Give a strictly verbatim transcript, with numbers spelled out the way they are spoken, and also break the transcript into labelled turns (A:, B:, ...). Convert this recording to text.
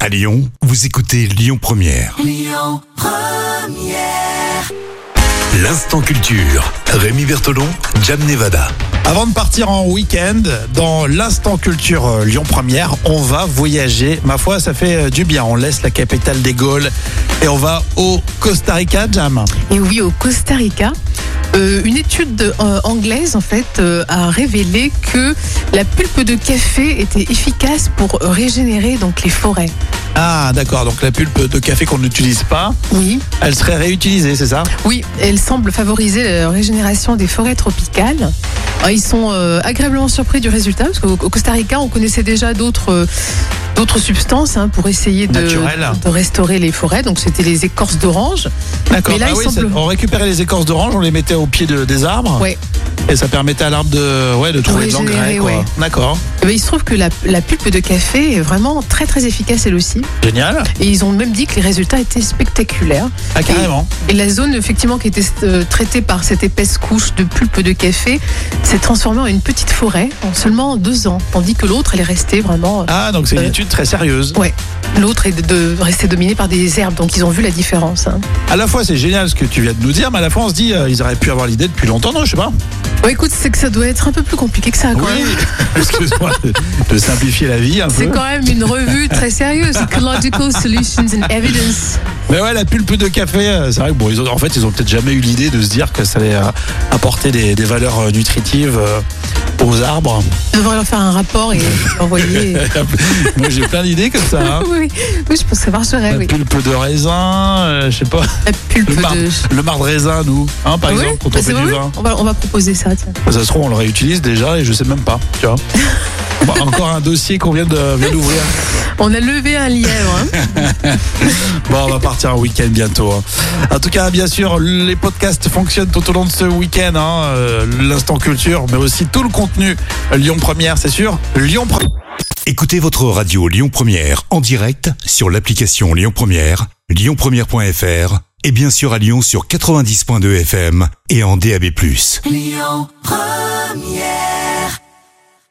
A: À Lyon, vous écoutez Lyon Première.
B: Lyon Première.
A: L'instant culture. Rémi Bertolon, Jam Nevada.
C: Avant de partir en week-end, dans l'instant culture Lyon Première, on va voyager. Ma foi, ça fait du bien. On laisse la capitale des Gaules et on va au Costa Rica, Jam.
D: Et oui, au Costa Rica. Euh, une étude euh, anglaise en fait euh, a révélé que la pulpe de café était efficace pour régénérer donc les forêts.
C: Ah d'accord, donc la pulpe de café qu'on n'utilise pas,
D: Oui,
C: elle serait réutilisée, c'est ça?
D: oui, elle semble favoriser la régénération des forêts tropicales. Alors, ils sont euh, agréablement surpris du résultat parce qu'au au Costa Rica, on connaissait déjà d'autres euh, d'autres substances hein, pour essayer de,
C: Naturelles.
D: de restaurer les forêts. Donc c'était les écorces d'orange.
C: D'accord,
D: Mais là,
C: bah
D: il
C: oui,
D: semble-
C: c'est- on récupérait les écorces d'orange, on les mettait au pied de- des arbres
D: Ouais.
C: et ça permettait à l'arbre de, ouais, de trouver de l'engrais.
D: régénérer,
C: Quoi.
D: ouais.
C: D'accord,
D: Eh ben, il se trouve que la, la pulpe de café est vraiment très très efficace elle aussi.
C: génial.
D: Et ils ont même dit que les résultats étaient spectaculaires.
C: Ah carrément.
D: Et la zone effectivement qui était euh, traitée par cette épaisse couche de pulpe de café s'est transformée en une petite forêt en seulement deux ans. Tandis que l'autre, elle est restée vraiment...
C: Ah donc c'est une
D: Euh,
C: étude très sérieuse.
D: Ouais, l'autre est de, de rester dominée par des herbes. Donc ils ont vu la différence. Hein.
C: À la fois c'est génial ce que tu viens de nous dire, mais à la fois on se dit euh, ils auraient pu avoir l'idée depuis longtemps, non? Je sais pas.
D: Ouais, écoute, c'est que ça doit être un peu plus compliqué que ça quand même.
C: Excuse-moi de, de simplifier la vie un
D: C'est
C: peu.
D: quand même une revue très sérieuse. Ecological Solutions and Evidence.
C: Mais ouais, la pulpe de café, euh, c'est vrai que bon, ils ont, en fait, ils ont peut-être jamais eu l'idée de se dire que ça allait euh, apporter des, des valeurs euh, nutritives euh, aux arbres.
D: On devrait leur faire un rapport et envoyer.
C: Moi, j'ai plein d'idées comme ça. Hein.
D: Oui, oui, je pense que ça marcherait.
C: La
D: Oui.
C: pulpe de raisin, euh, je sais pas.
D: La pulpe
C: Le marc,
D: de.
C: le marc de raisin, nous, hein, par
D: Ah oui,
C: exemple, quand
D: bah
C: on
D: c'est
C: fait du
D: vrai,
C: vin.
D: on va, on va proposer ça, tiens.
C: Ça se trouve, on le réutilise déjà et je sais même pas. Tu vois. Bon, encore un dossier qu'on vient de- vient d'ouvrir.
D: On a levé un lièvre. Hein.
C: Bon, on va partir en week-end bientôt. hein. En tout cas, bien sûr, les podcasts fonctionnent tout au long de ce week-end. Hein, euh, l'instant culture, mais aussi tout le contenu Lyon Première, c'est sûr. Lyon Première.
A: Écoutez votre radio Lyon Première en direct sur l'application Lyon Première, lyon première point f r et bien sûr à Lyon sur quatre-vingt-dix point deux F M et en D A B plus.
B: Lyon Première.